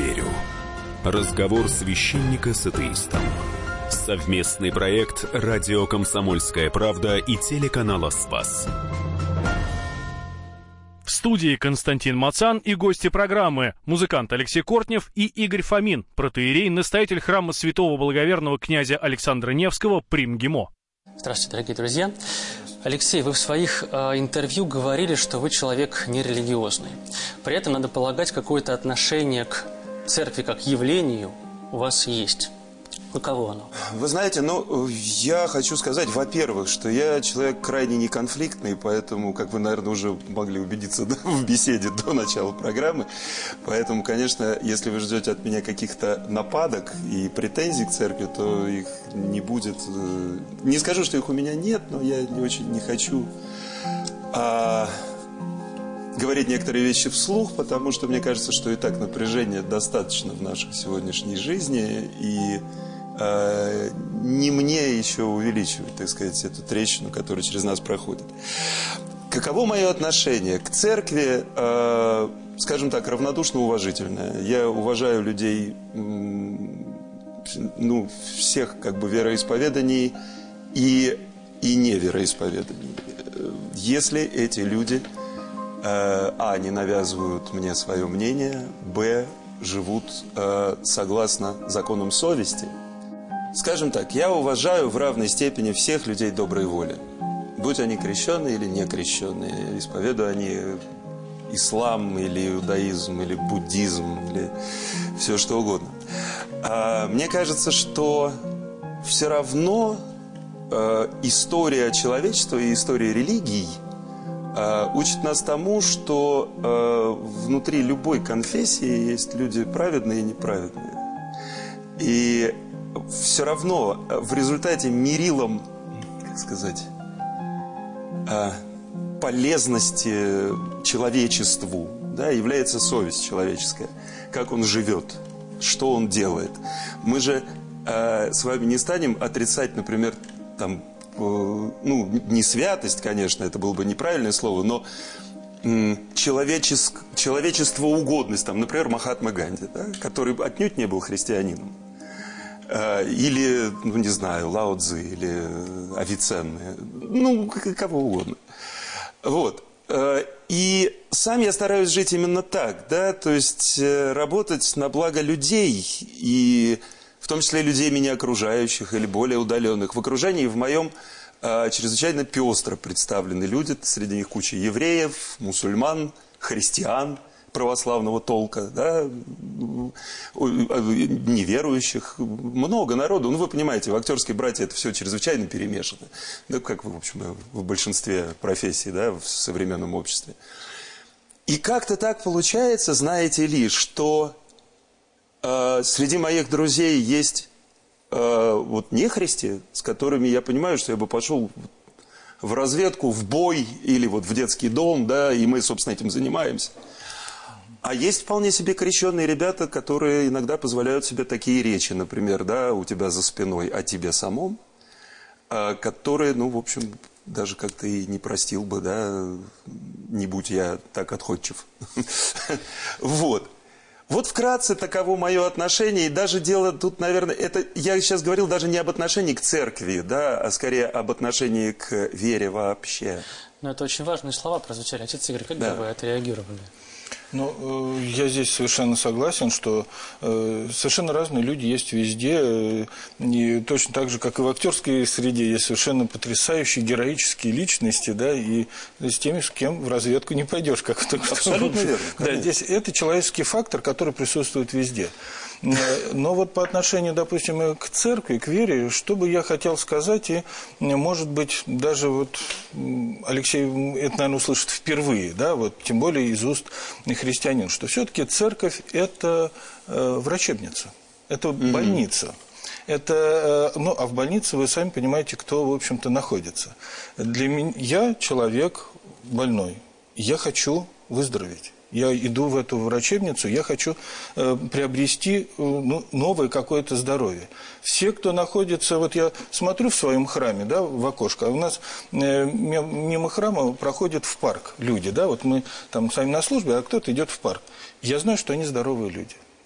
верю». Разговор священника с атеистом. Совместный проект «Радио Комсомольская правда» и телеканала «Спас». В студии Константин Мацан и гости программы музыкант Алексей Кортнев и Игорь Фомин, протоиерей, настоятель храма святого благоверного князя Александра Невского «Примгимо». Здравствуйте, дорогие друзья. Алексей, вы в своих интервью говорили, что вы человек нерелигиозный. При этом, надо полагать, какое-то отношение к церкви как явлению у вас есть. Каково оно? Вы знаете, я хочу сказать, во-первых, что я человек крайне неконфликтный, поэтому, как вы, наверное, уже могли убедиться в беседе до начала программы, поэтому, конечно, если вы ждете от меня каких-то нападок и претензий к церкви, то их не будет. Не скажу, что их у меня нет, но я очень не хочу говорить некоторые вещи вслух, потому что мне кажется, что и так напряжения достаточно в нашей сегодняшней жизни, и не мне еще увеличивать, так сказать, эту трещину, которая через нас проходит. Каково мое отношение к церкви? Скажем так, равнодушно-уважительное. Я уважаю людей, всех вероисповеданий и невероисповеданий. Если эти люди не навязывают мне свое мнение, б, живут согласно законам совести. Скажем так, я уважаю в равной степени всех людей доброй воли. Будь они крещенные или не крещенные, исповедуют они ислам или иудаизм, или буддизм, или все что угодно. Мне кажется, что все равно история человечества и история религий учит нас тому, что внутри любой конфессии есть люди праведные и неправедные. И все равно в результате мерилом, полезности человечеству, является совесть человеческая. Как он живет, что он делает. Мы же с вами не станем отрицать, например, не святость, конечно, это было бы неправильное слово, но человечествоугодность, например, Махатма Ганди, который отнюдь не был христианином. Или, Лао Цзы, или Авиценны, кого угодно. Вот. И сам я стараюсь жить именно так, то есть работать на благо людей, и в том числе людей меня окружающих или более удаленных. В окружении в моем чрезвычайно пестро представлены люди, среди них куча евреев, мусульман, христиан православного толка, неверующих, много народу. Вы понимаете, в актерской братье это все чрезвычайно перемешано. Как, в общем, в большинстве профессий, в современном обществе. И как-то так получается, знаете ли, что среди моих друзей есть нехристи, с которыми я понимаю, что я бы пошел в разведку, в бой или в детский дом, и мы, собственно, этим занимаемся. А есть вполне себе крещенные ребята, которые иногда позволяют себе такие речи, например, у тебя за спиной, о тебе самом, которые, в общем, даже как-то и не простил бы, не будь я так отходчив. Вот вкратце таково мое отношение, и даже дело тут, наверное, я сейчас говорил даже не об отношении к церкви, а скорее об отношении к вере вообще. Но это очень важные слова прозвучали. Отец Игорь, как бы вы отреагировали? Я здесь совершенно согласен, что совершенно разные люди есть везде, и точно так же, как и в актерской среде, есть совершенно потрясающие героические личности, и с теми, с кем в разведку не пойдешь, как только что. Абсолютно верно. Здесь это человеческий фактор, который присутствует везде. Но по отношению, допустим, к церкви, к вере, что бы я хотел сказать, и, может быть, даже Алексей это, наверное, услышит впервые, тем более из уст христианин, что все-таки церковь – это врачебница, это больница. Это, а в больнице вы сами понимаете, кто, в общем-то, находится. Для меня я человек больной, я хочу выздороветь. Я иду в эту врачебницу, я хочу приобрести новое какое-то здоровье. Все, кто находится, я смотрю в своем храме, в окошко, а у нас мимо храма проходят в парк люди, мы там сами на службе, а кто-то идет в парк. Я знаю, что они здоровые люди.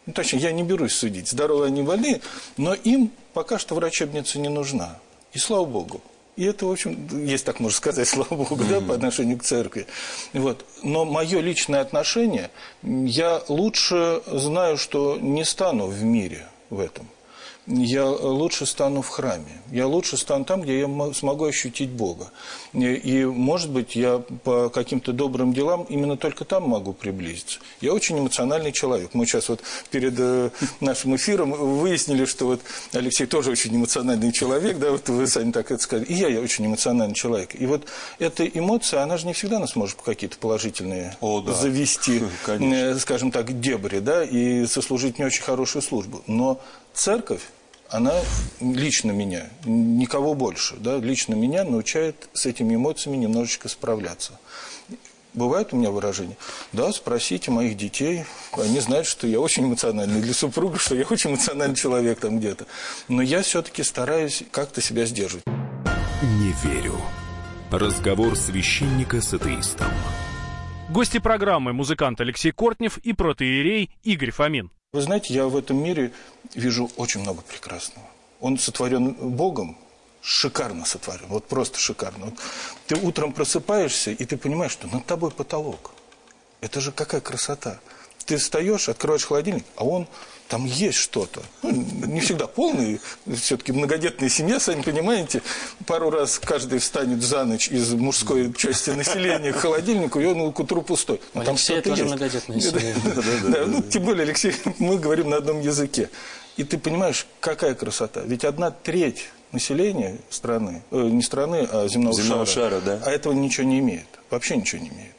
Ну, точнее, я не берусь судить, здоровы они, больные, но им пока что врачебница не нужна. И слава Богу. И это, в общем, есть так можно сказать, слава Богу, да, по отношению к церкви. Вот. Но мое личное отношение, я лучше знаю, что не стану в мире в этом. Я лучше стану в храме. Я лучше стану там, где я смогу ощутить Бога. И, может быть, я по каким-то добрым делам именно только там могу приблизиться. Я очень эмоциональный человек. Мы сейчас вот перед нашим эфиром выяснили, что вот Алексей тоже очень эмоциональный человек, да, вот вы сами так это сказали. И я очень эмоциональный человек. И вот эта эмоция, она же не всегда нас может какие-то положительные завести, скажем так, дебри, да, и сослужить не очень хорошую службу. Но церковь, она лично меня, никого больше, да, лично меня научает с этими эмоциями немножечко справляться. Бывает у меня выражение: да, спросите моих детей, они знают, что я очень эмоциональный, для супруга, что я очень эмоциональный человек там где-то. Но я все-таки стараюсь как-то себя сдерживать. Не верю. Разговор священника с атеистом. Гости программы — музыкант Алексей Кортнев и протоиерей Игорь Фомин. Вы знаете, я в этом мире вижу очень много прекрасного. Он сотворен Богом, шикарно сотворен, вот просто шикарно. Вот ты утром просыпаешься, и ты понимаешь, что над тобой потолок. Это же какая красота. Ты встаешь, открываешь холодильник, а он, там есть что-то. Ну, не всегда полный, все-таки многодетная семья, сами понимаете. Пару раз каждый встанет за ночь из мужской части населения к холодильнику, и он к утру пустой. Но Алексей тоже многодетная семья. Ну, тем более, Алексей, мы говорим на одном языке. И ты понимаешь, какая красота. Ведь 1/3 населения страны, не страны, а земного шара, да. А этого ничего не имеет. Вообще ничего не имеет.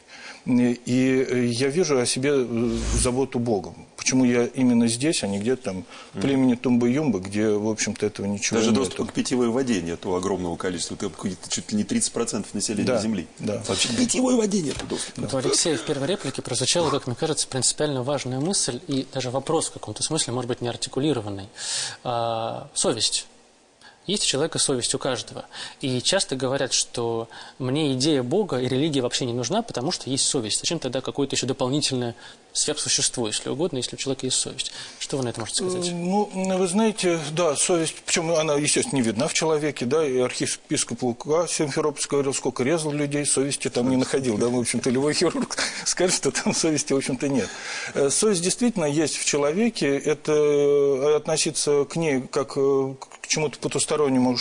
И я вижу о себе заботу Богом. Почему я именно здесь, а не где-то там в племени Тумба-Юмба, где, в общем-то, этого ничего нет. Даже доступа к питьевой воде нет у огромного количества, чуть ли не 30% населения Земли. Да. Вообще к питьевой воде нет доступа. Вот у Алексея в первой реплике прозвучала, как мне кажется, принципиально важная мысль и даже вопрос в каком-то смысле, может быть, не артикулированный. Совесть. Есть у человека совесть, у каждого. И часто говорят, что мне идея Бога и религия вообще не нужна, потому что есть совесть. Зачем тогда какое-то еще дополнительное сверхсущество, если угодно, если у человека есть совесть? Что вы на это можете сказать? Ну, вы знаете, да, совесть, причем она, естественно, не видна в человеке, да, и архиепископ Лука Симферопольский говорил, сколько резал людей, совести там не находил, да, в общем-то, любой хирург скажет, что там совести, в общем-то, нет. Совесть действительно есть в человеке, это относиться к ней как к чему-то потустороннему,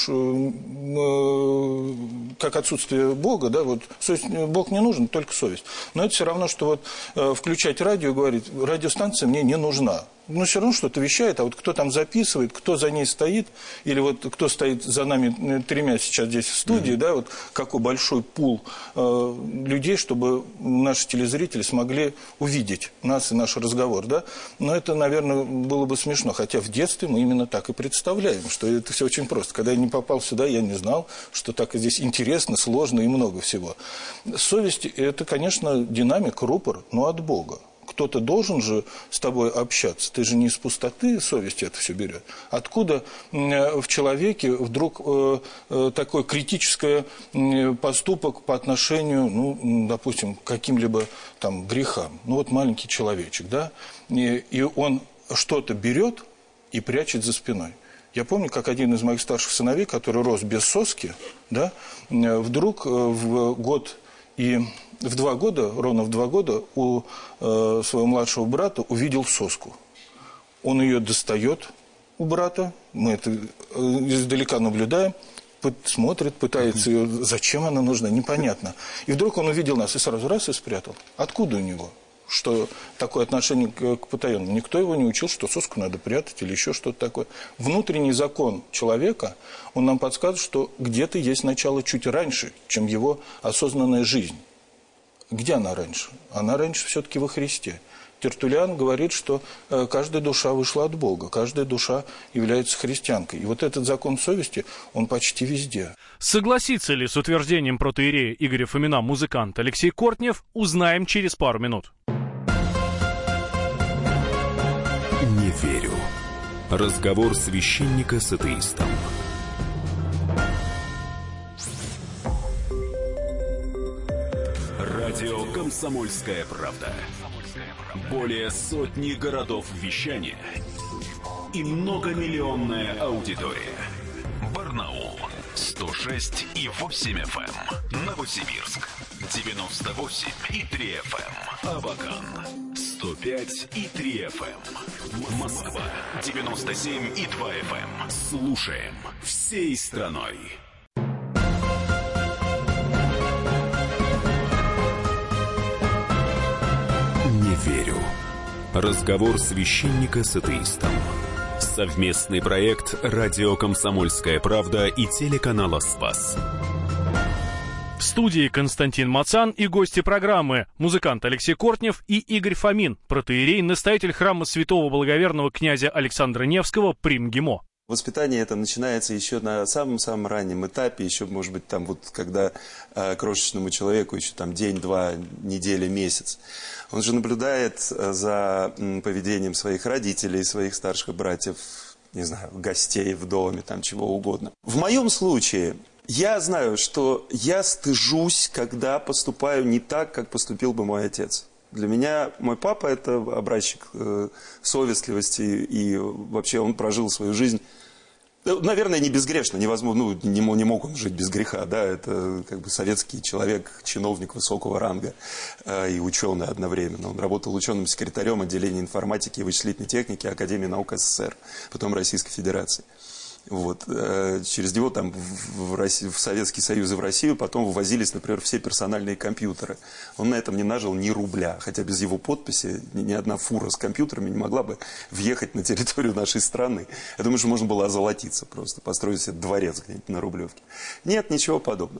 как отсутствие Бога, да, вот совесть, Бог не нужен, только совесть. Но это все равно, что вот включать радио и говорить, радиостанция мне не нужна. Но все равно что-то вещает, а вот кто там записывает, кто за ней стоит, или вот кто стоит за нами 3 сейчас здесь в студии, да, вот какой большой пул людей, чтобы наши телезрители смогли увидеть нас и наш разговор, да. Но это, наверное, было бы смешно, хотя в детстве мы именно так и представляем, что это все очень просто. Когда я не попал сюда, я не знал, что так и здесь интересно, сложно и много всего. Совесть – это, конечно, динамик, рупор, но от Бога. Кто-то должен же с тобой общаться. Ты же не из пустоты совесть это все берет. Откуда в человеке вдруг такой критический поступок по отношению, ну, допустим, к каким-либо там грехам? Ну, вот маленький человечек, да? И он что-то берет и прячет за спиной. Я помню, как один из моих старших сыновей, который рос без соски, да, вдруг в год и в 2 года, ровно в 2 года, у своего младшего брата увидел соску. Он ее достает у брата, мы это издалека наблюдаем, смотрит, пытается ее, зачем она нужна, непонятно. И вдруг он увидел нас и сразу раз и спрятал. Откуда у него? Что такое отношение к потаенному? Никто его не учил, что соску надо прятать или еще что-то такое. Внутренний закон человека, он нам подсказывает, что где-то есть начало чуть раньше, чем его осознанная жизнь. Где она раньше? Она раньше все-таки во Христе. Тертуллиан говорит, что каждая душа вышла от Бога, каждая душа является христианкой. И вот этот закон совести, он почти везде. Согласится ли с утверждением протоиерея Игоря Фомина музыкант Алексей Кортнев, узнаем через пару минут. Не верю. Разговор священника с атеистом. Радио «Комсомольская правда». Более сотни городов вещания и многомиллионная аудитория. Барнаул 106,8 FM. Новосибирск 98,3 FM. Абакан 105,3 FM. Москва 97,2 FM. Слушаем всей страной. Не верю. Разговор священника с атеистом. Совместный проект «Радио Комсомольская правда» и телеканала «Спас». В студии Константин Мацан и гости программы музыкант Алексей Кортнев и Игорь Фомин, протоиерей, настоятель храма святого благоверного князя Александра Невского Прим-ГИМО. Воспитание это начинается еще на самом-самом раннем этапе, еще, может быть, там вот когда крошечному человеку еще там день, два, неделя, месяц. Он же наблюдает за поведением своих родителей, своих старших братьев, не знаю, гостей в доме, там чего угодно. В моем случае я знаю, что я стыжусь, когда поступаю не так, как поступил бы мой отец. Для меня мой папа – это образчик совестливости, и вообще он прожил свою жизнь, наверное, не безгрешно, невозможно, не мог он жить без греха, да, это как бы советский человек, чиновник высокого ранга и ученый одновременно. Он работал ученым секретарем отделения информатики и вычислительной техники Академии наук СССР, потом Российской Федерации. Вот. Через него там в Советский Союз и в Россию потом вывозились, например, все персональные компьютеры. Он на этом не нажил ни рубля, хотя без его подписи ни одна фура с компьютерами не могла бы въехать на территорию нашей страны. Я думаю, что можно было озолотиться просто, построить себе дворец где-нибудь на Рублевке. Нет, ничего подобного.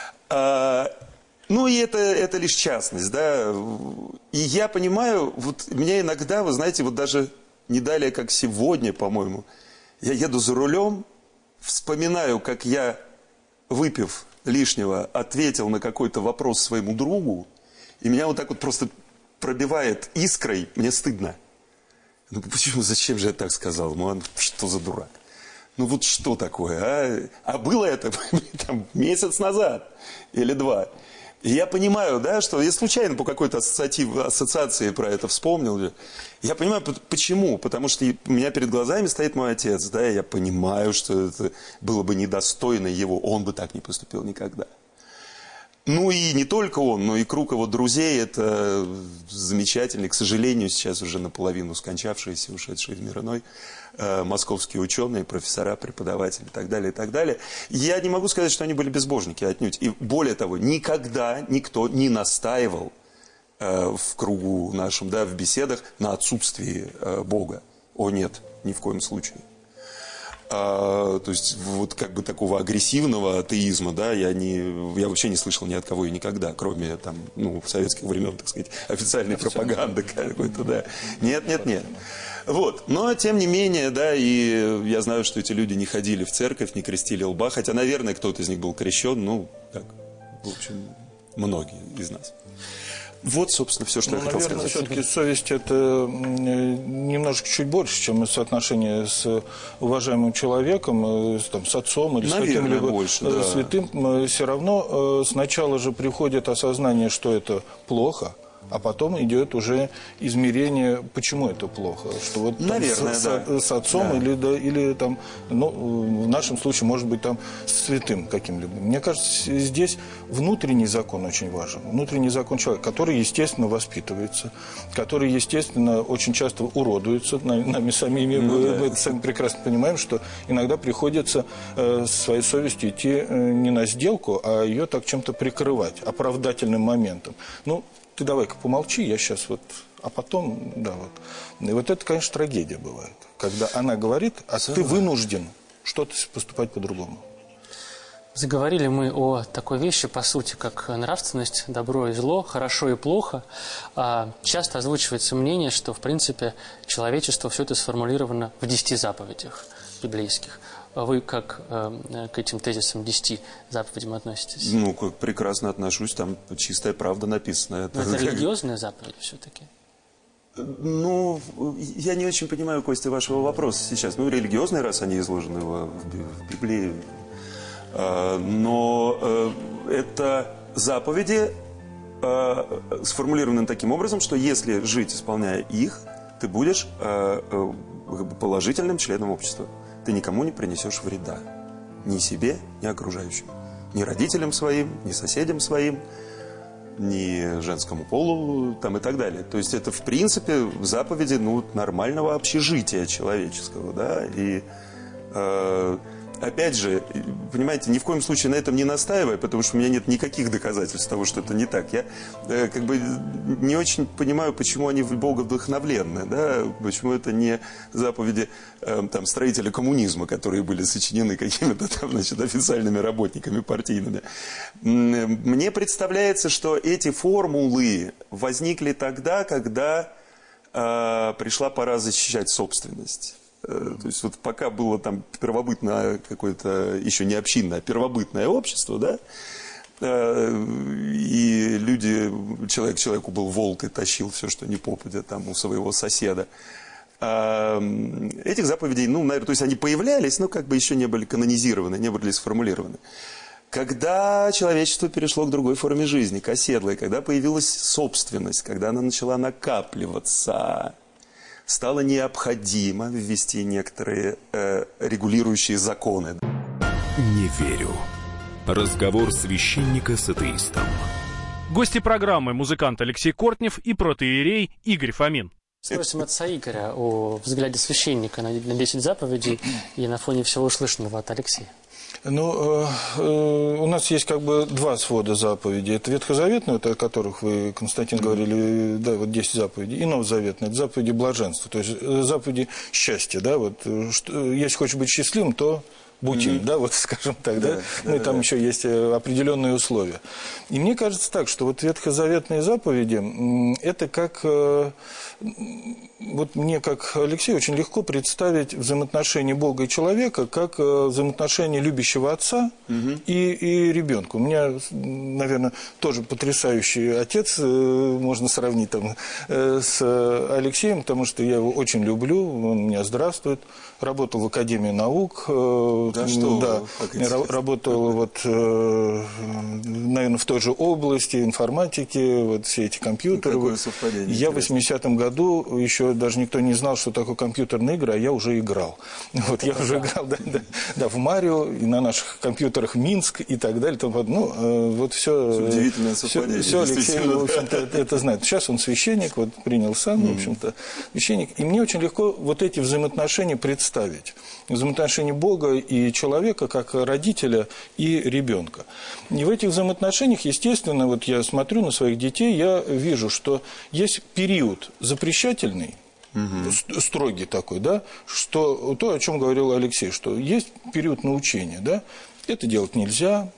Ну и это лишь частность, да. И я понимаю, вот меня иногда, вы знаете, вот даже не далее, как сегодня, по-моему, я еду за рулем, вспоминаю, как я, выпив лишнего, ответил на какой-то вопрос своему другу, и меня вот так вот просто пробивает искрой, мне стыдно. Ну почему, зачем же я так сказал? Ну что за дурак? Ну вот что такое, а? А было это там месяц назад или два. И я понимаю, да, что я случайно по какой-то ассоциации про это вспомнил. Я понимаю, почему. Потому что у меня перед глазами стоит мой отец, да, и я понимаю, что это было бы недостойно его. Он бы так не поступил никогда. Ну и не только он, но и круг его друзей. Это замечательный, к сожалению, сейчас уже наполовину скончавшиеся, ушедшие в мир иной, московские ученые, профессора, преподаватели и так далее, и так далее. Я не могу сказать, что они были безбожники отнюдь. И более того, никогда никто не настаивал в кругу нашем, да, в беседах на отсутствии Бога. О нет, ни в коем случае. То есть вот как бы такого агрессивного атеизма, да, я вообще не слышал ни от кого и никогда, кроме там, ну, советских времен, так сказать, официальной пропаганды какой-то, да. Нет. Вот, но тем не менее, да, и я знаю, что эти люди не ходили в церковь, не крестили лба, хотя, наверное, кто-то из них был крещен, ну, так, в общем, многие из нас. Вот, собственно, все, что я хотел сказать. Наверное, все-таки совесть – это немножко чуть больше, чем соотношение с уважаемым человеком, с отцом или наверное, с каким-либо больше, святым. Все равно сначала же приходит осознание, что это плохо, а потом идет уже измерение, почему это плохо. Что вот наверное, с отцом или там, ну, в нашем случае, может быть, там с святым каким-либо. Мне кажется, здесь внутренний закон очень важен. Внутренний закон человека, который, естественно, воспитывается, который, естественно, очень часто уродуется нами самими. Мы сами прекрасно понимаем, что иногда приходится своей совестью идти не на сделку, а ее так чем-то прикрывать, оправдательным моментом. Ну, ты давай-ка помолчи, я сейчас вот... А потом, да, вот. И вот это, конечно, трагедия бывает. Когда она говорит, а ты вынужден что-то поступать по-другому. Заговорили мы о такой вещи, по сути, как нравственность, добро и зло, хорошо и плохо. Часто озвучивается мнение, что, в принципе, человечество все это сформулировано в 10 заповедях библейских. Вы как к этим тезисам 10 заповедям относитесь? Ну, как прекрасно отношусь, там чистая правда написана. Это религиозная заповедь все-таки? Ну, я не очень понимаю, Костя, вашего вопроса сейчас. Ну, религиозные, раз они изложены в Библии. Но это заповеди, сформулированы таким образом, что если жить, исполняя их, ты будешь положительным членом общества. Ты никому не принесешь вреда. Ни себе, ни окружающим. Ни родителям своим, ни соседям своим, ни женскому полу там, и так далее. То есть это, в принципе, заповеди нормального общежития человеческого. Да? И опять же, понимаете, ни в коем случае на этом не настаивая, потому что у меня нет никаких доказательств того, что это не так. Я как бы не очень понимаю, почему они в Бога вдохновленны, да? Почему это не заповеди там, строителя коммунизма, которые были сочинены какими-то там, значит, официальными работниками партийными. Мне представляется, что эти формулы возникли тогда, когда пришла пора защищать собственность. То есть вот пока было там первобытное какое-то, еще не общинное, а первобытное общество, да, и люди, человек человеку был волк и тащил все, что не попадя там у своего соседа. Этих заповедей, наверное, то есть они появлялись, но как бы еще не были канонизированы, не были сформулированы. Когда человечество перешло к другой форме жизни, к оседлой, когда появилась собственность, когда она начала накапливаться, стало необходимо ввести некоторые регулирующие законы. Не верю. Разговор священника с атеистом. Гости программы — музыкант Алексей Кортнев и протоиерей Игорь Фомин. Спросим отца Игоря о взгляде священника на 10 заповедей и на фоне всего услышанного от Алексея. У нас есть как бы два свода заповедей. Это ветхозаветные, о которых вы, Константин, говорили, да, вот 10 заповедей, и новозаветные, это заповеди блаженства, то есть заповеди счастья, да, вот, если хочешь быть счастливым, то будь им, да, вот скажем так, да, и там еще есть определенные условия. И мне кажется так, что вот ветхозаветные заповеди, это как, вот мне, как Алексею, очень легко представить взаимоотношения Бога и человека, как взаимоотношения любящего отца и ребенка. У меня, наверное, тоже потрясающий отец, можно сравнить там с Алексеем, потому что я его очень люблю, он меня здравствует, работал в Академии наук, работал вот, наверное, в той же области информатики, вот все эти компьютеры. Какое совпадение. Я в 80-м году, еще даже никто не знал, что такое компьютерные игры, а я уже играл. Вот я уже играл, в Марио, и на наших компьютерах Минск и так далее. Вот все. Удивительное совпадение. Все Алексей, в общем-то, это знает. Сейчас он священник, вот принял сан, в общем-то, священник. И мне очень легко вот эти взаимоотношения представить. Взаимоотношения Бога и человека, как родителя и ребенка. И в этих взаимоотношениях, естественно, вот я смотрю на своих детей, я вижу, что есть период запрещательный, строгий такой, да, что то, о чем говорил Алексей, что есть период научения, да, это делать нельзя,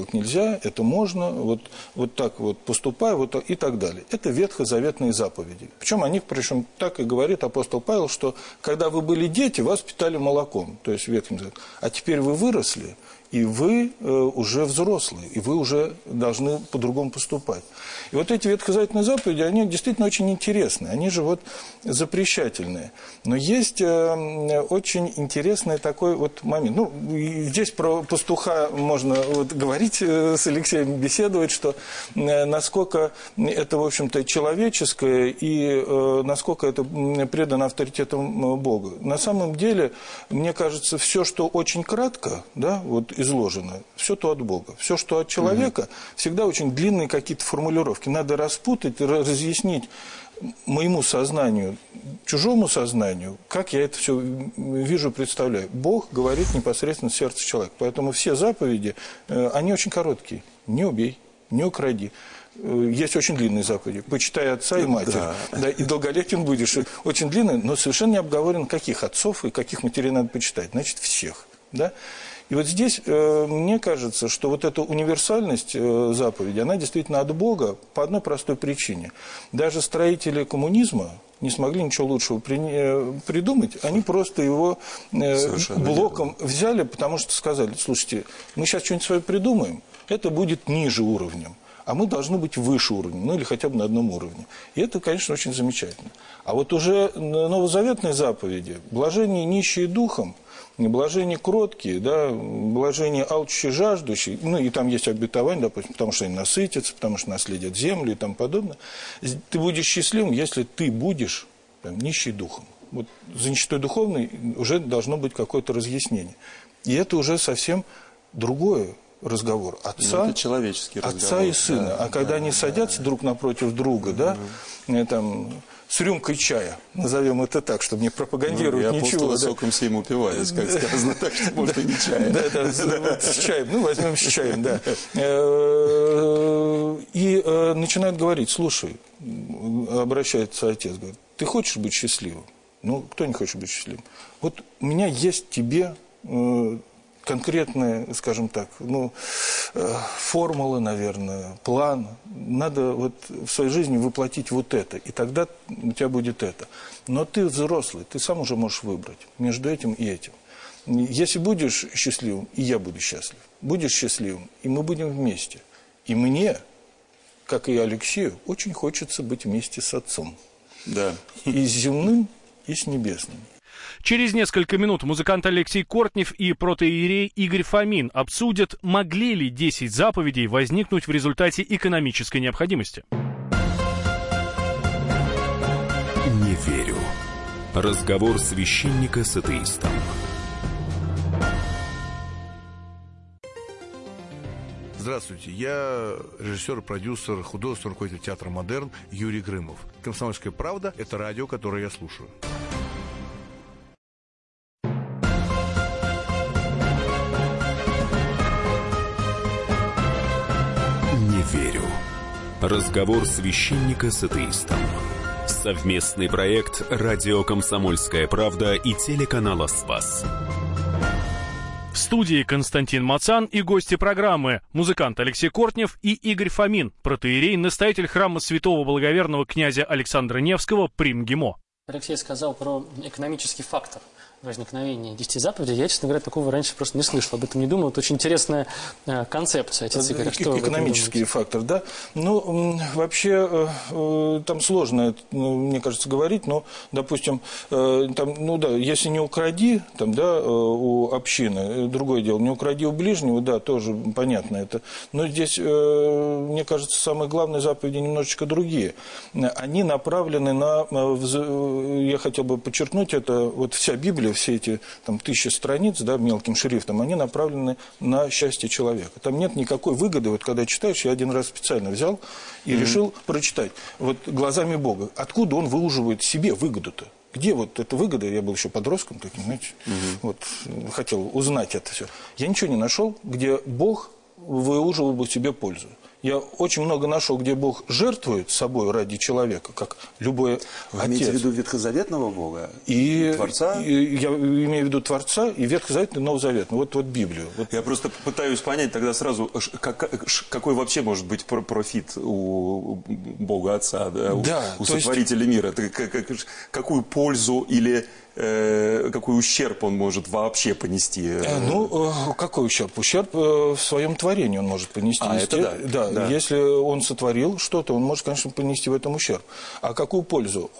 это можно, вот так вот поступай, вот и так далее. Это ветхозаветные заповеди. Причем так и говорит апостол Павел, что когда вы были дети, вас питали молоком, то есть Ветхим Заветом, а теперь вы выросли, и вы уже взрослые, и вы уже должны по-другому поступать. И вот эти ветхозаветные заповеди, они действительно очень интересные, они же вот запрещательные. Но есть очень интересный такой вот момент. Здесь про пастуха можно вот говорить с Алексеем, беседовать, что насколько это, в общем-то, человеческое и насколько это предано авторитетам Бога. На самом деле, мне кажется, все, что очень кратко, да, вот изложено, все то от Бога. Все, что от человека, всегда очень длинные какие-то формулировки. Надо распутать, разъяснить моему сознанию, чужому сознанию, как я это все вижу, представляю. Бог говорит непосредственно в сердце человека. Поэтому все заповеди, они очень короткие. Не убей, не укради. Есть очень длинные заповеди. Почитай отца и матерь. Да, и долголетен будешь. Очень длинные, но совершенно не обговорено, каких отцов и каких матерей надо почитать. Значит, всех. Да? И вот здесь мне кажется, что вот эта универсальность заповеди, она действительно от Бога по одной простой причине. Даже строители коммунизма не смогли ничего лучшего придумать, они просто его блоком взяли, потому что сказали: слушайте, мы сейчас что-нибудь свое придумаем, это будет ниже уровнем, а мы должны быть выше уровня, или хотя бы на одном уровне. И это, конечно, очень замечательно. А вот уже новозаветные заповеди, блаженные нищие духом, блажение кроткие, да, блажение алчущие, жаждущие, ну и там есть обетование, допустим, потому что они насытятся, потому что наследят землю и тому подобное. Ты будешь счастливым, если ты будешь там, нищий духом. Вот за нищетой духовной уже должно быть какое-то разъяснение. И это уже совсем другой разговор отца, это человеческий разговор, отца и сына. Да, а когда они садятся друг напротив друга, да, там, с рюмкой чая, назовем это так, чтобы не пропагандировать ничего. Я соком всем упиваюсь, как сказано, так что может и не чаем. Да, с чаем, ну возьмем с чаем, да. И начинают говорить: слушай, обращается отец, говорит: ты хочешь быть счастливым? Ну, кто не хочет быть счастливым? Вот у меня есть тебе конкретная, скажем так, ну, формула, наверное, план. Надо вот в своей жизни воплотить вот это, и тогда у тебя будет это. Но ты взрослый, ты сам уже можешь выбрать между этим и этим. Если будешь счастливым, и я буду счастлив. Будешь счастливым, и мы будем вместе. И мне, как и Алексею, очень хочется быть вместе с отцом. Да. И с земным, и с небесным. Через несколько минут музыкант Алексей Кортнев и протоиерей Игорь Фомин обсудят, могли ли 10 заповедей возникнуть в результате экономической необходимости. Не верю. Разговор священника с атеистом. Здравствуйте, я режиссер, продюсер, художественный руководитель театра «Модерн» Юрий Грымов. «Комсомольская правда» — это радио, которое я слушаю. Не верю. Разговор священника с атеистом. Совместный проект «Радио Комсомольская правда» и телеканала «Спас». В студии Константин Мацан и гости программы музыкант Алексей Кортнев и Игорь Фомин, протоиерей, настоятель храма святого благоверного князя Александра Невского Примгимо. Алексей сказал про экономический фактор возникновения 10 заповедей. Я, честно говоря, такого раньше просто не слышал, об этом не думал. Это очень интересная концепция, отец Игорь. Экономический фактор, да. Ну, вообще, там сложно, мне кажется, говорить, но, допустим, там, ну да, если не укради, там, да, у общины, другое дело, не укради у ближнего, да, тоже понятно это. Но здесь, мне кажется, самые главные заповеди немножечко другие. Они направлены на, я хотел бы подчеркнуть, это вот вся Библия, все эти там 1000 страниц, да, мелким шрифтом, они направлены на счастье человека. Там нет никакой выгоды. Вот когда читаешь, я один раз специально взял и решил прочитать. Вот глазами Бога. Откуда он выуживает себе выгоду-то? Где вот эта выгода? Я был еще подростком таким, знаете, вот, хотел узнать это все. Я ничего не нашел, где Бог выуживал бы себе пользу. Я очень много нашел, где Бог жертвует собой ради человека, как любой отец. Вы имеете в виду ветхозаветного Бога? И Творца? Я имею в виду Творца и ветхозаветный, и новозаветный. Вот Библию. Вот. Я просто пытаюсь понять тогда сразу, какой вообще может быть профит у Бога Отца, да, у Сотворителя мира. Какую пользу или какой ущерб он может вообще понести? Ну, какой ущерб? Ущерб в своем творении он может понести. Это да. Если он сотворил что-то, он может, конечно, понести в этом ущерб. А какую пользу?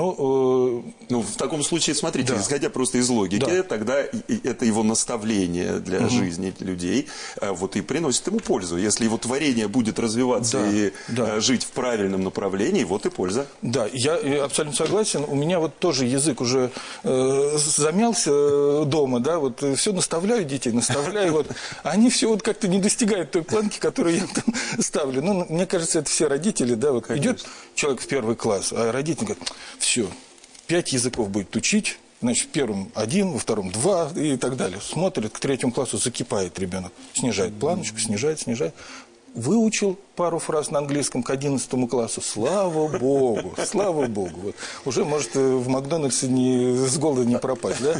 В таком случае, смотрите, исходя просто из логики, тогда это его наставление для жизни людей, вот и приносит ему пользу. Если его творение будет развиваться и жить в правильном направлении, вот и польза. Да, я абсолютно согласен. У меня вот тоже язык уже замялся дома, да, вот все наставляю детей, вот, они все вот как-то не достигают той планки, которую я там ставлю. Ну, мне кажется, это все родители, да, вот идет человек в 1 класс, а родители говорят: все, 5 языков будет учить, значит, в первом 1, во втором 2 и так далее. Смотрит, к 3 классу закипает ребенок, снижает планочку, снижает. Выучил пару фраз на английском к 11 классу. Слава Богу, слава Богу. Вот. Уже может в Макдональдсе с голода не пропасть. Да?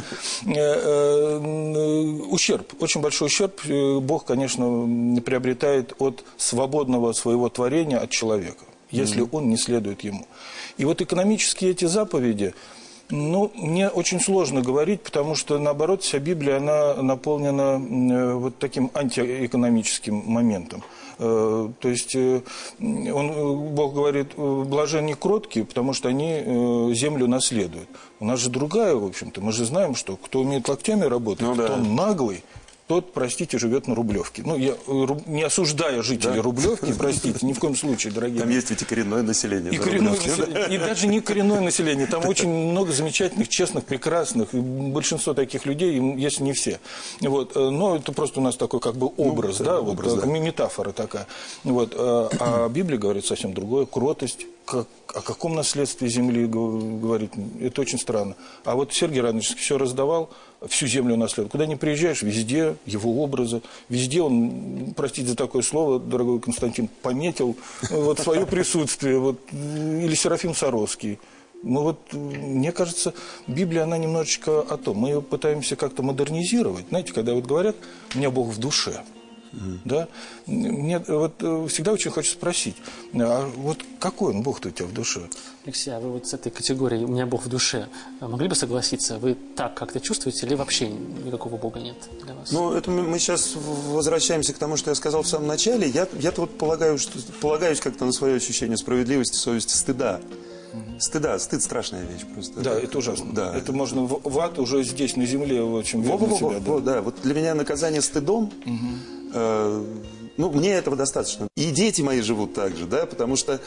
Ущерб, очень большой ущерб Бог, конечно, приобретает от свободного своего творения, от человека, если он не следует ему. И вот экономические эти заповеди, Ну, мне очень сложно говорить, потому что, наоборот, вся Библия, она наполнена вот таким антиэкономическим моментом. То есть Бог говорит, блаженны кроткие, потому что они землю наследуют. У нас же другая, в общем-то. Мы же знаем, что кто умеет локтями работать, кто наглый, тот, простите, живет на Рублевке. Ну, я не осуждаю жителей Рублевки, простите, ни в коем случае, дорогие. Там есть ведь и коренное население. И даже не коренное население. Там очень много замечательных, честных, прекрасных. И большинство таких людей, если не все. Вот. Но это просто у нас такой как бы образ, метафора такая. Вот. А Библия говорит совсем другое. Кротость. О каком наследстве земли говорит? Это очень странно. А вот Сергий Радонежский все раздавал, всю землю наследовал. Куда ни приезжаешь, везде его образы, везде он, простите за такое слово, дорогой Константин, пометил вот свое присутствие. Вот. Или Серафим Саровский. Ну вот, мне кажется, Библия, она немножечко о том. Мы ее пытаемся как-то модернизировать. Знаете, когда вот говорят, у меня Бог в душе. Да? Мне вот всегда очень хочется спросить, а вот какой он Бог-то у тебя в душе? Алексей, а вы вот с этой категорией «у меня Бог в душе» могли бы согласиться? Вы так как-то чувствуете или вообще никакого Бога нет для вас? Ну, это мы сейчас возвращаемся к тому, что я сказал в самом начале. Я-то вот полагаюсь как-то на свое ощущение справедливости, совести, стыда. Стыд страшная вещь просто. Да, это ужасно. Да. Это можно в ад уже здесь, на земле, в общем, вернуть себя. Да, вот для меня наказание стыдом, ну, мне этого достаточно. И дети мои живут так же, да, потому что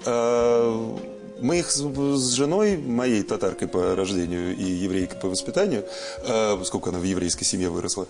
мы их с женой, моей татаркой по рождению и еврейкой по воспитанию, поскольку она в еврейской семье выросла,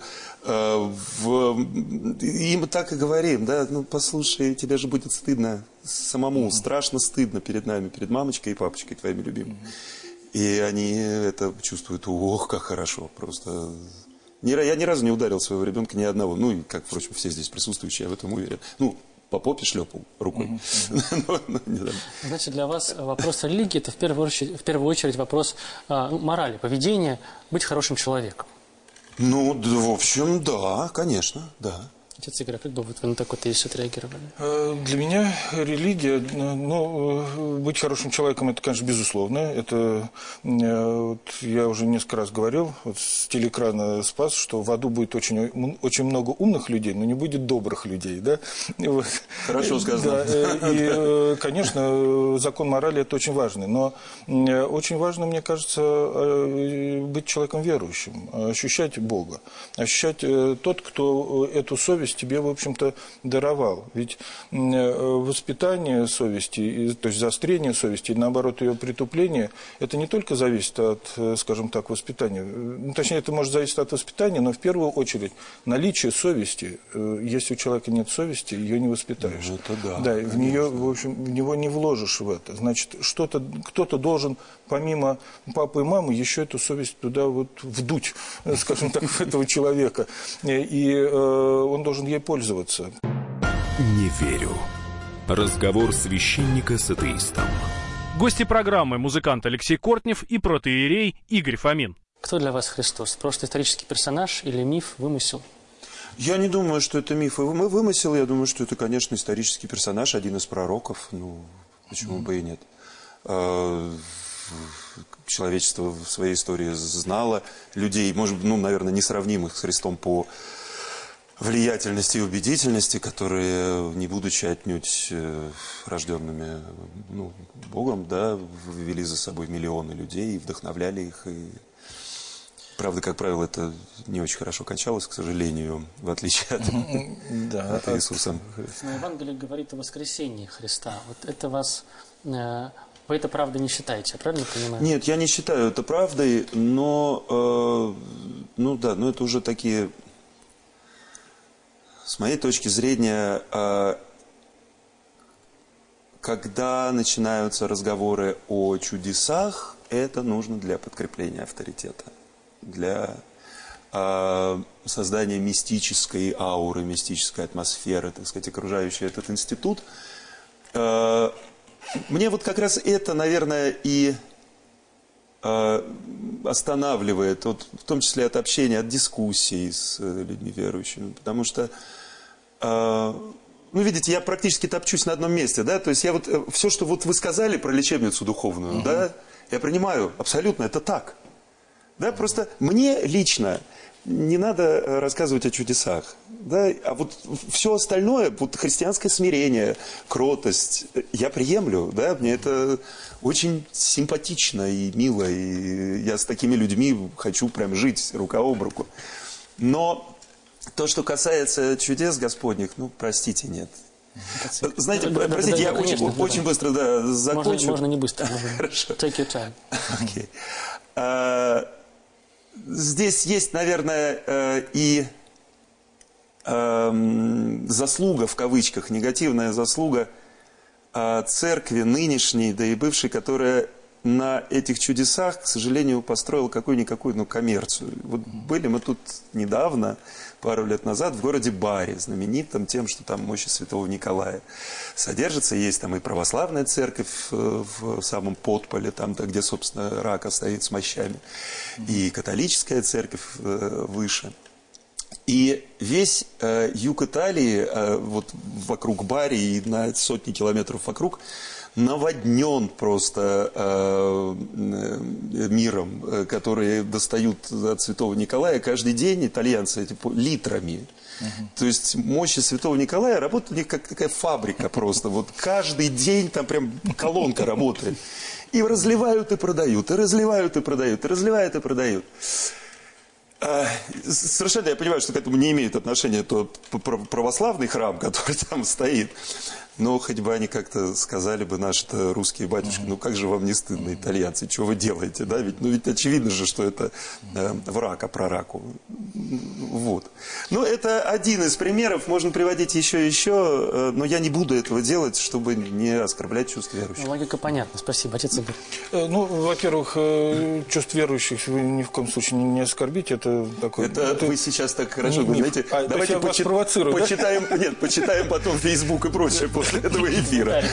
им так и говорим, да, ну, послушай, тебе же будет стыдно самому, страшно стыдно перед нами, перед мамочкой и папочкой твоими любимыми. И они это чувствуют, ох, как хорошо, просто... Я ни разу не ударил своего ребенка, ни одного, ну, и, как, впрочем, все здесь присутствующие, я в этом уверен. Ну, по попе шлепал рукой. Значит, для вас вопрос религии – это в первую очередь вопрос морали, поведения, быть хорошим человеком. Ну, в общем, да, конечно, да. Отец Игорь, как бы вы на такой тезис отреагировали? Для меня религия, ну, быть хорошим человеком, это, конечно, безусловно. Это, вот, я уже несколько раз говорил, вот с телеэкрана спас, что в аду будет очень много умных людей, но не будет добрых людей, да? Вот. Хорошо сказано. Да, и, конечно, закон морали – это очень важный, но очень важно, мне кажется, быть человеком верующим, ощущать Бога, ощущать тот, кто эту совесть тебе, в общем-то, даровал. Ведь воспитание совести, то есть заострение совести, наоборот, ее притупление, это не только зависит от, скажем так, воспитания. Ну, точнее, это может зависеть от воспитания, но в первую очередь наличие совести. Если у человека нет совести, ее не воспитаешь. Ну, это да, да, в нее, в общем, в него не вложишь в это. Значит, кто-то должен, помимо папы и мамы, еще эту совесть туда вот вдуть, скажем так, в этого человека. И он должен ей пользоваться. Не верю. Разговор священника с атеистом. Гости программы — музыкант Алексей Кортнев и протоиерей Игорь Фомин. Кто для вас Христос? Просто исторический персонаж или миф, вымысел? Я не думаю, что это миф и вымысел. Я думаю, что это, конечно, исторический персонаж, один из пророков. Ну, почему бы и нет. Человечество в своей истории знало людей, может быть, ну, наверное, несравнимых с Христом по влиятельности и убедительности, которые, не будучи отнюдь рожденными, ну, Богом, да, вели за собой миллионы людей и вдохновляли их. И... Правда, как правило, это не очень хорошо кончалось, к сожалению, в отличие от Иисуса. Но Евангелие говорит о воскресении Христа. Вот это вас... Вы это правдой не считаете, я правильно понимаю? Нет, я не считаю это правдой, но, ну да, но это уже такие, с моей точки зрения, когда начинаются разговоры о чудесах, это нужно для подкрепления авторитета, для создания мистической ауры, мистической атмосферы, так сказать, окружающей этот институт. Мне вот как раз это, наверное, и останавливает, вот, в том числе от общения, от дискуссий с людьми верующими, потому что, ну, видите, я практически топчусь на одном месте, да, то есть я вот, все, что вот вы сказали про лечебницу духовную, да, Я принимаю, абсолютно, это так. Да, просто мне лично не надо рассказывать о чудесах. Да? А вот все остальное, вот христианское смирение, кротость, я приемлю. Да? Мне это очень симпатично и мило. И я с такими людьми хочу прям жить рука об руку. Но то, что касается чудес Господних, ну, простите, нет. Знаете, простите, я очень быстро закончу. Можно не быстро. Хорошо. Take your time. Okay. Здесь есть, наверное, и заслуга, в кавычках, негативная заслуга церкви нынешней, да и бывшей, которая на этих чудесах, к сожалению, построила какую-никакую коммерцию. Вот были мы тут недавно, пару лет назад, в городе Бари, знаменитым тем, что там мощи святого Николая содержится. Есть там и православная церковь в самом подполе, там, где, собственно, рака стоит с мощами, и католическая церковь выше. И весь юг Италии, вот вокруг Бари и на сотни километров вокруг, наводнен просто миром, которые достают от святого Николая каждый день, итальянцы, литрами. То есть мощи святого Николая работают у них как такая фабрика просто. Вот каждый день там прям колонка работает. И разливают и продают, и разливают и продают, и разливают и продают. Совершенно я понимаю, что к этому не имеет отношения тот православный храм, который там стоит. Но хоть бы они как-то сказали бы, наши-то русские батюшки, ну как же вам не стыдно, итальянцы, что вы делаете, да? Ведь очевидно же, что это враг, а прораку. Вот. Ну, это один из примеров, можно приводить еще, но я не буду этого делать, чтобы не оскорблять чувств верующих. Логика понятна, спасибо. Отец Игорь. Ну, во-первых, чувств верующих вы ни в коем случае не оскорбите, это такое... Это вы сейчас так хорошо, вы знаете, давайте почитаем, нет, почитаем потом Facebook и прочее после этого эфира.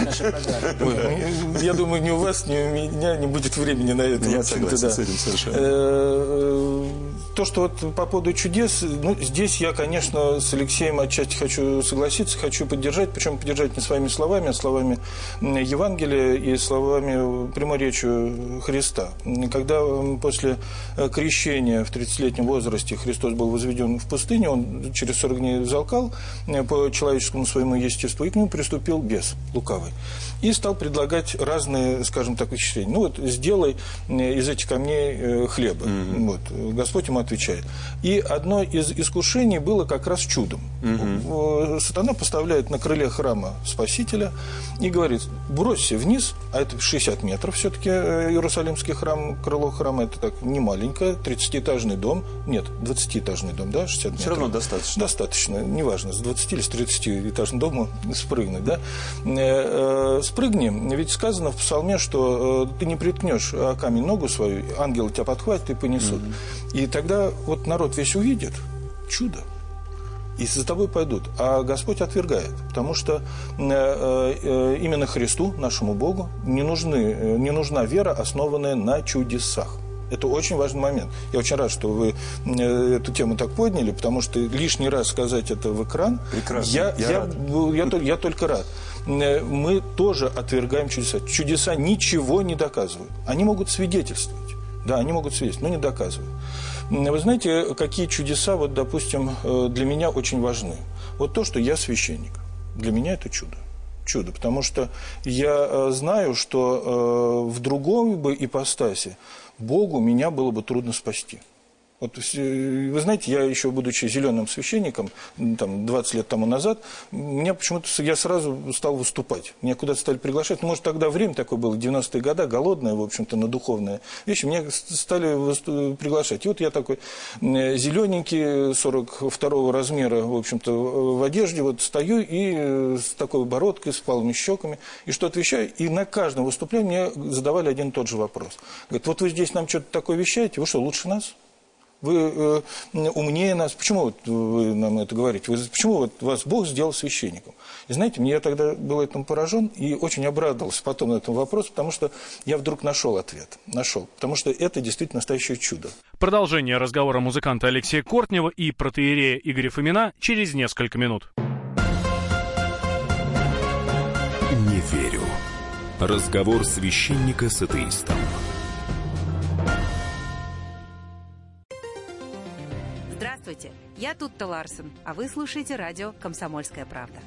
Я думаю, ни у вас, ни у меня не будет времени на это. Я согласен с этим совершенно. То, что вот по поводу чудес, ну, здесь я, конечно, с Алексеем отчасти хочу согласиться, хочу поддержать, причем поддержать не своими словами, а словами Евангелия и словами прямой речью Христа. Когда после крещения в 30-летнем возрасте Христос был возведен в пустыню, он через 40 дней взалкал по человеческому своему естеству, и к нему приступил бес лукавый. И стал предлагать разные, скажем так, вычисления. Ну вот, сделай из этих камней хлеба. Вот. Господь ему отвечает. И одно из искушений было как раз чудом. Сатана поставляет на крыле храма Спасителя и говорит, бросься вниз, а это 60 метров все-таки Иерусалимский храм, крыло храма, это так не маленькое, 30-этажный дом, нет, 20-этажный дом, да, 60 метров. Все равно достаточно. Достаточно, неважно, с 20 или с 30-этажным домом спрыгнуть, да. Спрыгни, ведь сказано в псалме, что ты не приткнешь камень ногу свою, ангелы тебя подхватят и понесут. И тогда вот народ весь увидит чудо, и за тобой пойдут. А Господь отвергает, потому что именно Христу, нашему Богу, не нужна вера, основанная на чудесах. Это очень важный момент. Я очень рад, что вы эту тему так подняли, потому что лишний раз сказать это в экран, я только рад. Мы тоже отвергаем чудеса. Чудеса ничего не доказывают. Они могут свидетельствовать. Да, они могут свидетельствовать, но не доказывают. Вы знаете, какие чудеса, вот, допустим, для меня очень важны? Вот то, что я священник. Для меня это чудо. Чудо, потому что я знаю, что в другой бы ипостаси Богу меня было бы трудно спасти. Вот, вы знаете, я еще, будучи зеленым священником, там, 20 лет тому назад, меня почему-то, я сразу стал выступать. Меня куда-то стали приглашать. Ну, может, тогда время такое было, 90-е годы, голодное, в общем-то, на духовные вещи. Меня стали приглашать. И вот я такой зелененький, 42-го размера, в общем-то, в одежде, вот стою и с такой бородкой, с впалыми щеками, и что отвечаю. И на каждом выступлении мне задавали один и тот же вопрос. Говорят, вот вы здесь нам что-то такое вещаете, вы что, лучше нас? Вы умнее нас. Почему вот вы нам это говорите? Почему вот вас Бог сделал священником? И знаете, я тогда был этому поражен и очень обрадовался потом на этот вопрос, потому что я вдруг нашел ответ. Потому что это действительно настоящее чудо. Продолжение разговора музыканта Алексея Кортнева и протоиерея Игоря Фомина через несколько минут. Не верю. Разговор священника с атеистом. Здравствуйте, я Тутта Ларсен, а вы слушаете радио «Комсомольская правда».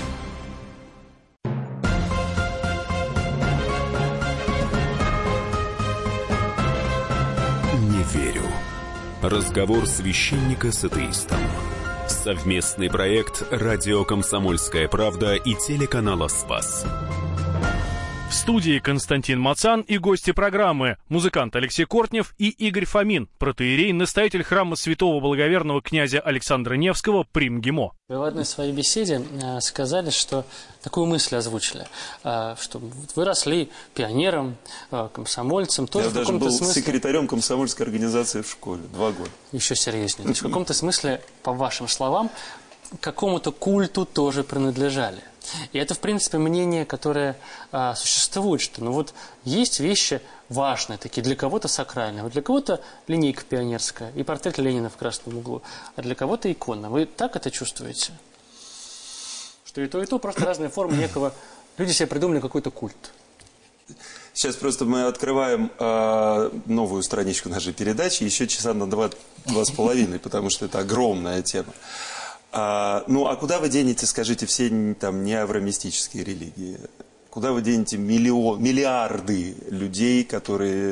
Не верю. Разговор священника с атеистом. Совместный проект «Радио Комсомольская правда» и телеканала «Спас». В студии Константин Мацан и гости программы музыкант Алексей Кортнев и Игорь Фомин, протоиерей, настоятель храма святого благоверного князя Александра Невского Прим ГИМО. Вы в одной своей беседе сказали, что такую мысль озвучили, что вы росли пионером, комсомольцем. Тоже я даже был секретарем комсомольской организации в школе 2 года. Еще серьезнее. То есть в каком-то смысле, по вашим словам, к какому-то культу тоже принадлежали. И это, в принципе, мнение, которое существует, что ну вот есть вещи важные, такие для кого-то сакральные, вот для кого-то линейка пионерская и портрет Ленина в красном углу, а для кого-то икона. Вы так это чувствуете? Что и то, просто разные формы некого... Люди себе придумали какой-то культ. Сейчас просто мы открываем новую страничку нашей передачи, еще часа на 2-2,5, потому что это огромная тема. Ну, а куда вы денете, скажите, все там неаврамистические религии? Куда вы денете миллиарды людей, которые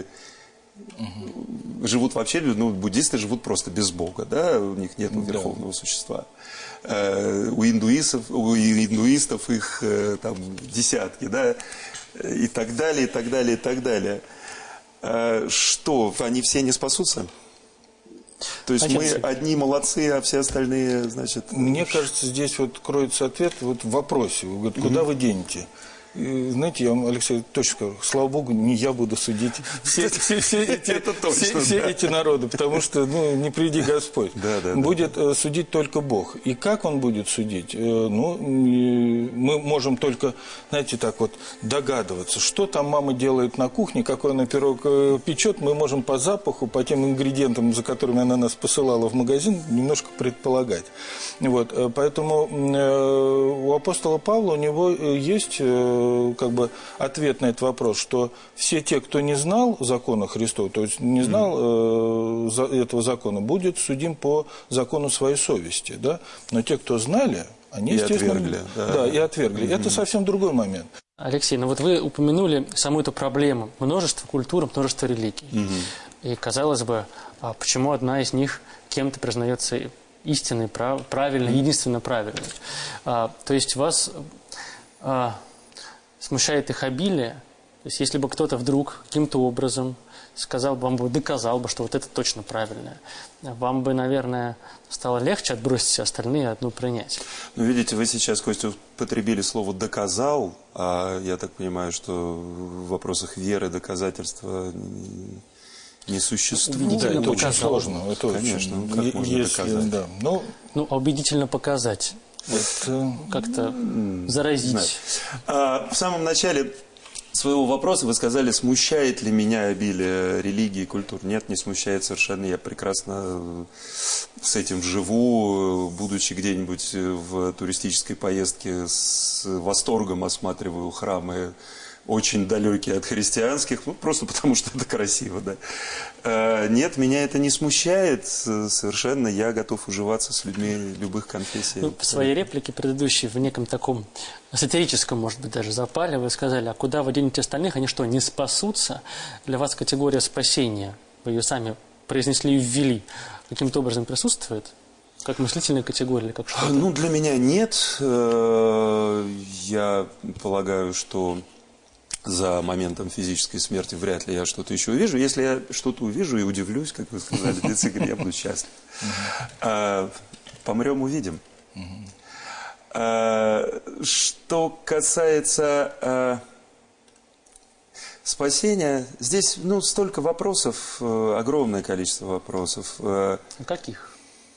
живут вообще, ну, буддисты живут просто без Бога, да? У них нет верховного существа. У индуистов их там десятки, да? И так далее, и так далее, и так далее. Что, они все не спасутся? То есть мы одни молодцы, а все остальные, значит... Мне кажется, здесь вот кроется ответ вот в вопросе. Вы говорите, куда вы денете? И, знаете, я вам, Алексей, точно скажу, слава Богу, не я буду судить все эти народы, потому что, ну, не приди Господь. Будет судить только Бог. И как Он будет судить? Ну, мы можем только, знаете, так вот догадываться, что там мама делает на кухне, какой она пирог печет, мы можем по запаху, по тем ингредиентам, за которыми она нас посылала в магазин, немножко предполагать. Вот, поэтому у апостола Павла у него есть... как бы ответ на этот вопрос, что все те, кто не знал закона Христова, то есть не знал этого закона, будет судим по закону своей совести, да? Но те, кто знали, они, естественно, отвергли, и отвергли. Это совсем другой момент. Алексей, ну вот вы упомянули саму эту проблему. Множество культур, множество религий. И, казалось бы, почему одна из них кем-то признается истинной, правильной, единственно правильной? То есть вас... смущает их обилие. То есть, если бы кто-то вдруг каким-то образом сказал бы, вам бы, доказал бы, что вот это точно правильное, вам бы, наверное, стало легче отбросить все остальные и одну принять. Ну, видите, вы сейчас, Костя, употребили слово «доказал», а я так понимаю, что в вопросах веры доказательства не существует. Убедительно это показал. Очень сложно. Это конечно, как можно доказать? Да. Ну, а убедительно показать. Как-то заразить. В самом начале своего вопроса вы сказали, смущает ли меня обилие религии и культур. Нет, не смущает совершенно. Я прекрасно с этим живу, будучи где-нибудь в туристической поездке, с восторгом осматриваю храмы, очень далекие от христианских, ну, просто потому что это красиво, да. Нет, меня это не смущает совершенно, я готов уживаться с людьми любых конфессий. Ну, в своей реплике предыдущей, в неком таком сатирическом, может быть, даже запале, вы сказали, а куда вы денете остальных, они что, не спасутся? Для вас категория спасения, вы ее сами произнесли и ввели, каким-то образом присутствует? Как мыслительная категория или как что-то? Ну, для меня нет. Я полагаю, что за моментом физической смерти вряд ли я что-то еще увижу. Если я что-то увижу и удивлюсь, как вы сказали, Игорь, я буду счастлив. Помрем, увидим. Что касается спасения, здесь столько вопросов, огромное количество вопросов. Каких?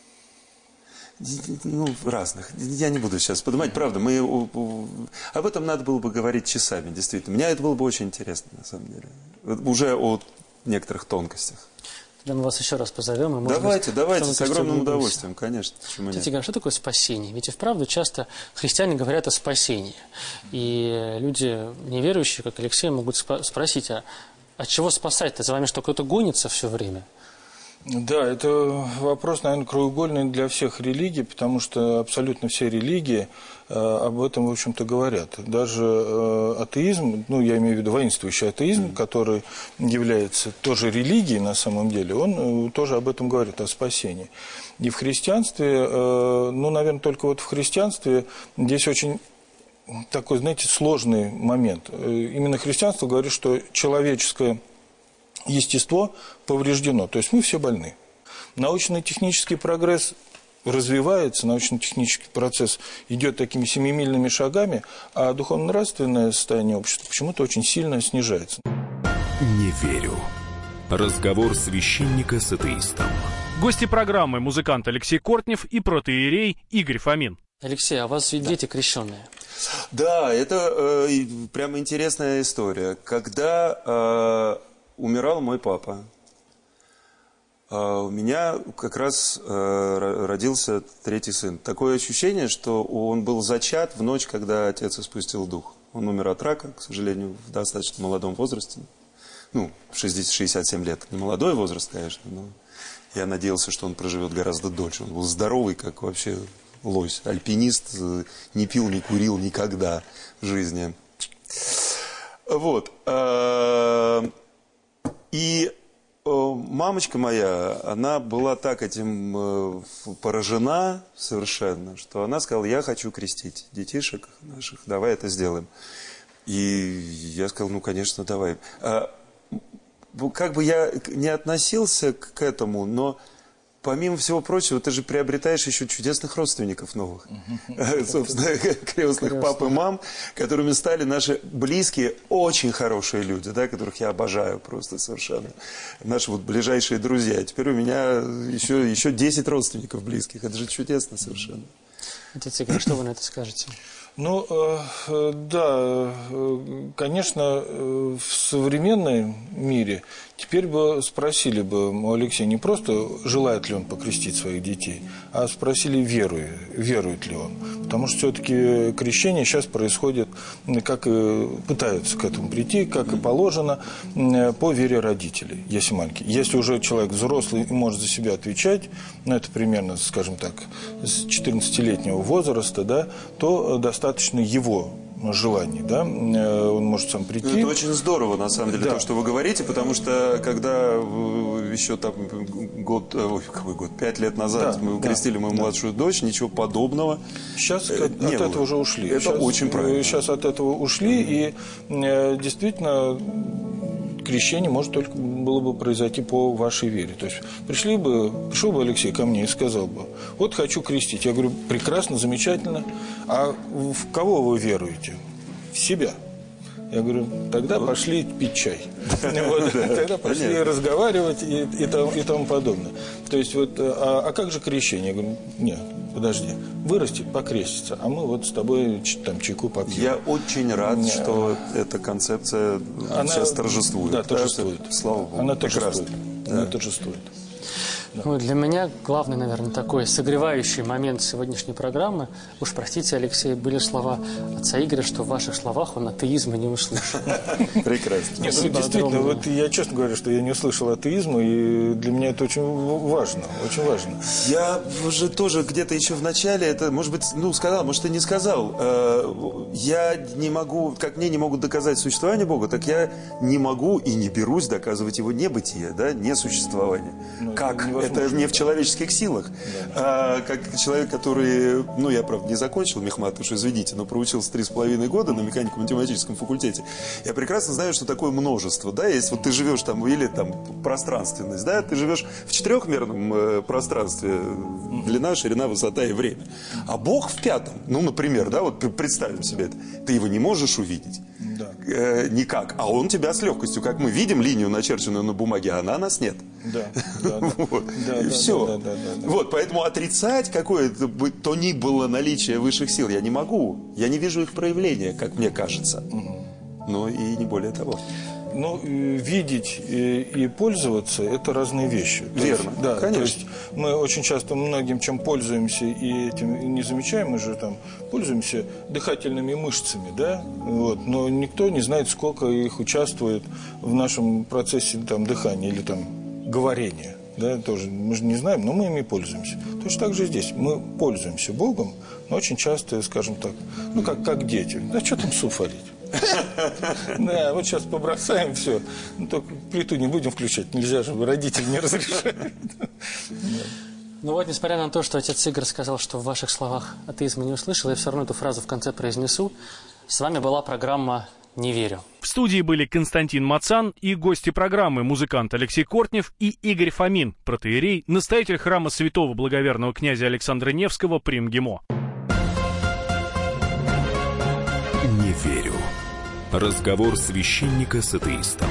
Разных. Я не буду сейчас поднимать, правда. Об этом надо было бы говорить часами, действительно. Мне это было бы очень интересно, на самом деле. Уже о некоторых тонкостях. Тогда мы вас еще раз позовем. И, давайте, с огромным удовольствием, конечно. Почему нет? Игорь, что такое спасение? Ведь и вправду часто христиане говорят о спасении. И люди неверующие, как Алексей, могут спросить, а от чего спасать-то? За вами что, кто-то гонится все время? Да, это вопрос, наверное, краеугольный для всех религий, потому что абсолютно все религии об этом, в общем-то, говорят. Даже атеизм, ну, я имею в виду воинствующий атеизм, который является тоже религией на самом деле, он тоже об этом говорит, о спасении. И в христианстве, ну, наверное, только вот в христианстве здесь очень такой, знаете, сложный момент. Именно христианство говорит, что человеческое естество повреждено, то есть мы все больны. Научно-технический прогресс развивается, научно-технический процесс идет такими семимильными шагами, а духовно-нравственное состояние общества почему-то очень сильно снижается. Не верю. Разговор священника с атеистом. Гости программы — музыкант Алексей Кортнев и протоиерей Игорь Фомин. Алексей, а у вас ведь дети крещенные? Да, это прямо интересная история. Когда умирал мой папа, у меня как раз родился третий сын. Такое ощущение, что он был зачат в ночь, когда отец испустил дух. Он умер от рака, к сожалению, в достаточно молодом возрасте. Ну, 67 лет. Не молодой возраст, конечно, но я надеялся, что он проживет гораздо дольше. Он был здоровый, как вообще лось. Альпинист, не пил, не курил никогда в жизни. Вот. И мамочка моя, она была так этим поражена совершенно, что она сказала: я хочу крестить детишек наших, давай это сделаем. И я сказал: ну, конечно, давай. Как бы я не относился к этому, но помимо всего прочего, ты же приобретаешь еще чудесных родственников новых. Собственно, крестных пап и мам, которыми стали наши близкие, очень хорошие люди, да, которых я обожаю просто совершенно. Наши вот ближайшие друзья. Теперь у меня еще 10 родственников близких. Это же чудесно совершенно. Отец Игорь, что вы на это скажете? Ну, да, конечно, в современном мире теперь бы спросили бы у Алексея не просто, желает ли он покрестить своих детей, а спросили, верует ли он. Потому что все-таки крещение сейчас происходит, как и пытаются к этому прийти, как и положено, по вере родителей, если маленький. Если уже человек взрослый и может за себя отвечать, ну, это примерно, скажем так, с 14-летнего возраста, да, то достаточно его желаний, да, он может сам прийти. Это очень здорово, на самом деле, да, то, что вы говорите, потому что когда еще там год, 5 лет назад, да, мы крестили мою младшую дочь, ничего подобного. Сейчас от этого уже ушли. Это сейчас, очень правильно. Сейчас от этого ушли, и действительно крещение может только было бы произойти по вашей вере. То есть пришел бы Алексей ко мне и сказал бы: вот хочу крестить. Я говорю: прекрасно, замечательно. А в кого вы веруете? В себя. Я говорю: тогда пошли пить чай. Тогда пошли разговаривать и тому подобное. То есть вот, а как же крещение? Я говорю: нет, подожди, вырастет, покрестится, а мы вот с тобой там чайку попьем. Я очень рад, что эта концепция сейчас торжествует. Да, торжествует. Слава Богу. Она торжествует. Она торжествует. Ну, для меня главный, наверное, такой согревающий момент сегодняшней программы, уж простите, Алексей, были слова отца Игоря, что в ваших словах он атеизма не услышал. Прекрасно. Нет, действительно, вот я честно говорю, что я не услышал атеизма, и для меня это очень важно, очень важно. Я уже тоже где-то еще в начале, это, может быть, сказал, может, и не сказал. Я не могу, как мне не могут доказать существование Бога, так я не могу и не берусь доказывать его небытие, да, несуществование. Как? Это не в человеческих силах. Да. Как человек, который, я, правда, не закончил мехмат, уж извините, но проучился 3,5 года на механико-математическом факультете, я прекрасно знаю, что такое множество, да, если вот ты живешь там, или там пространственность, да, ты живешь в 4-мерном пространстве, длина, ширина, высота и время. А Бог в 5, например, да, вот представим себе это, ты его не можешь увидеть. Да. Никак. А он тебя с легкостью, как мы видим линию, начерченную на бумаге, а она нас нет. Да. Вот. И все. Вот, поэтому отрицать какое-то то ни было наличие высших сил я не могу. Я не вижу их проявления, как мне кажется. Но и не более того. Видеть и пользоваться – это разные вещи. Верно, да, конечно. То есть мы очень часто многим чем пользуемся и этим не замечаем, мы же там пользуемся дыхательными мышцами, да, вот, но никто не знает, сколько их участвует в нашем процессе там, дыхания или там говорения. Да, тоже. Мы же не знаем, но мы ими пользуемся. Точно так же здесь. Мы пользуемся Богом, но очень часто, скажем так, ну, как дети. Да что там суп варить? Да, вот сейчас побросаем все. Только плиту не будем включать. Нельзя же, родители не разрешают. Ну вот, несмотря на то, что отец Игорь сказал, что в ваших словах атеизма не услышал, я все равно эту фразу в конце произнесу. С вами была программа «Не верю». В студии были Константин Мацан и гости программы музыкант Алексей Кортнев и Игорь Фомин, протоиерей, настоятель храма святого благоверного князя Александра Невского при МГИМО. «Не верю». Разговор священника с атеистом.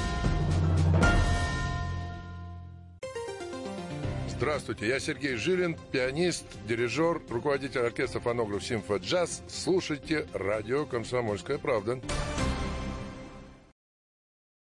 Здравствуйте, я Сергей Жилин, пианист, дирижер, руководитель оркестра «Фонограф Симфо Джаз». Слушайте радио «Комсомольская правда».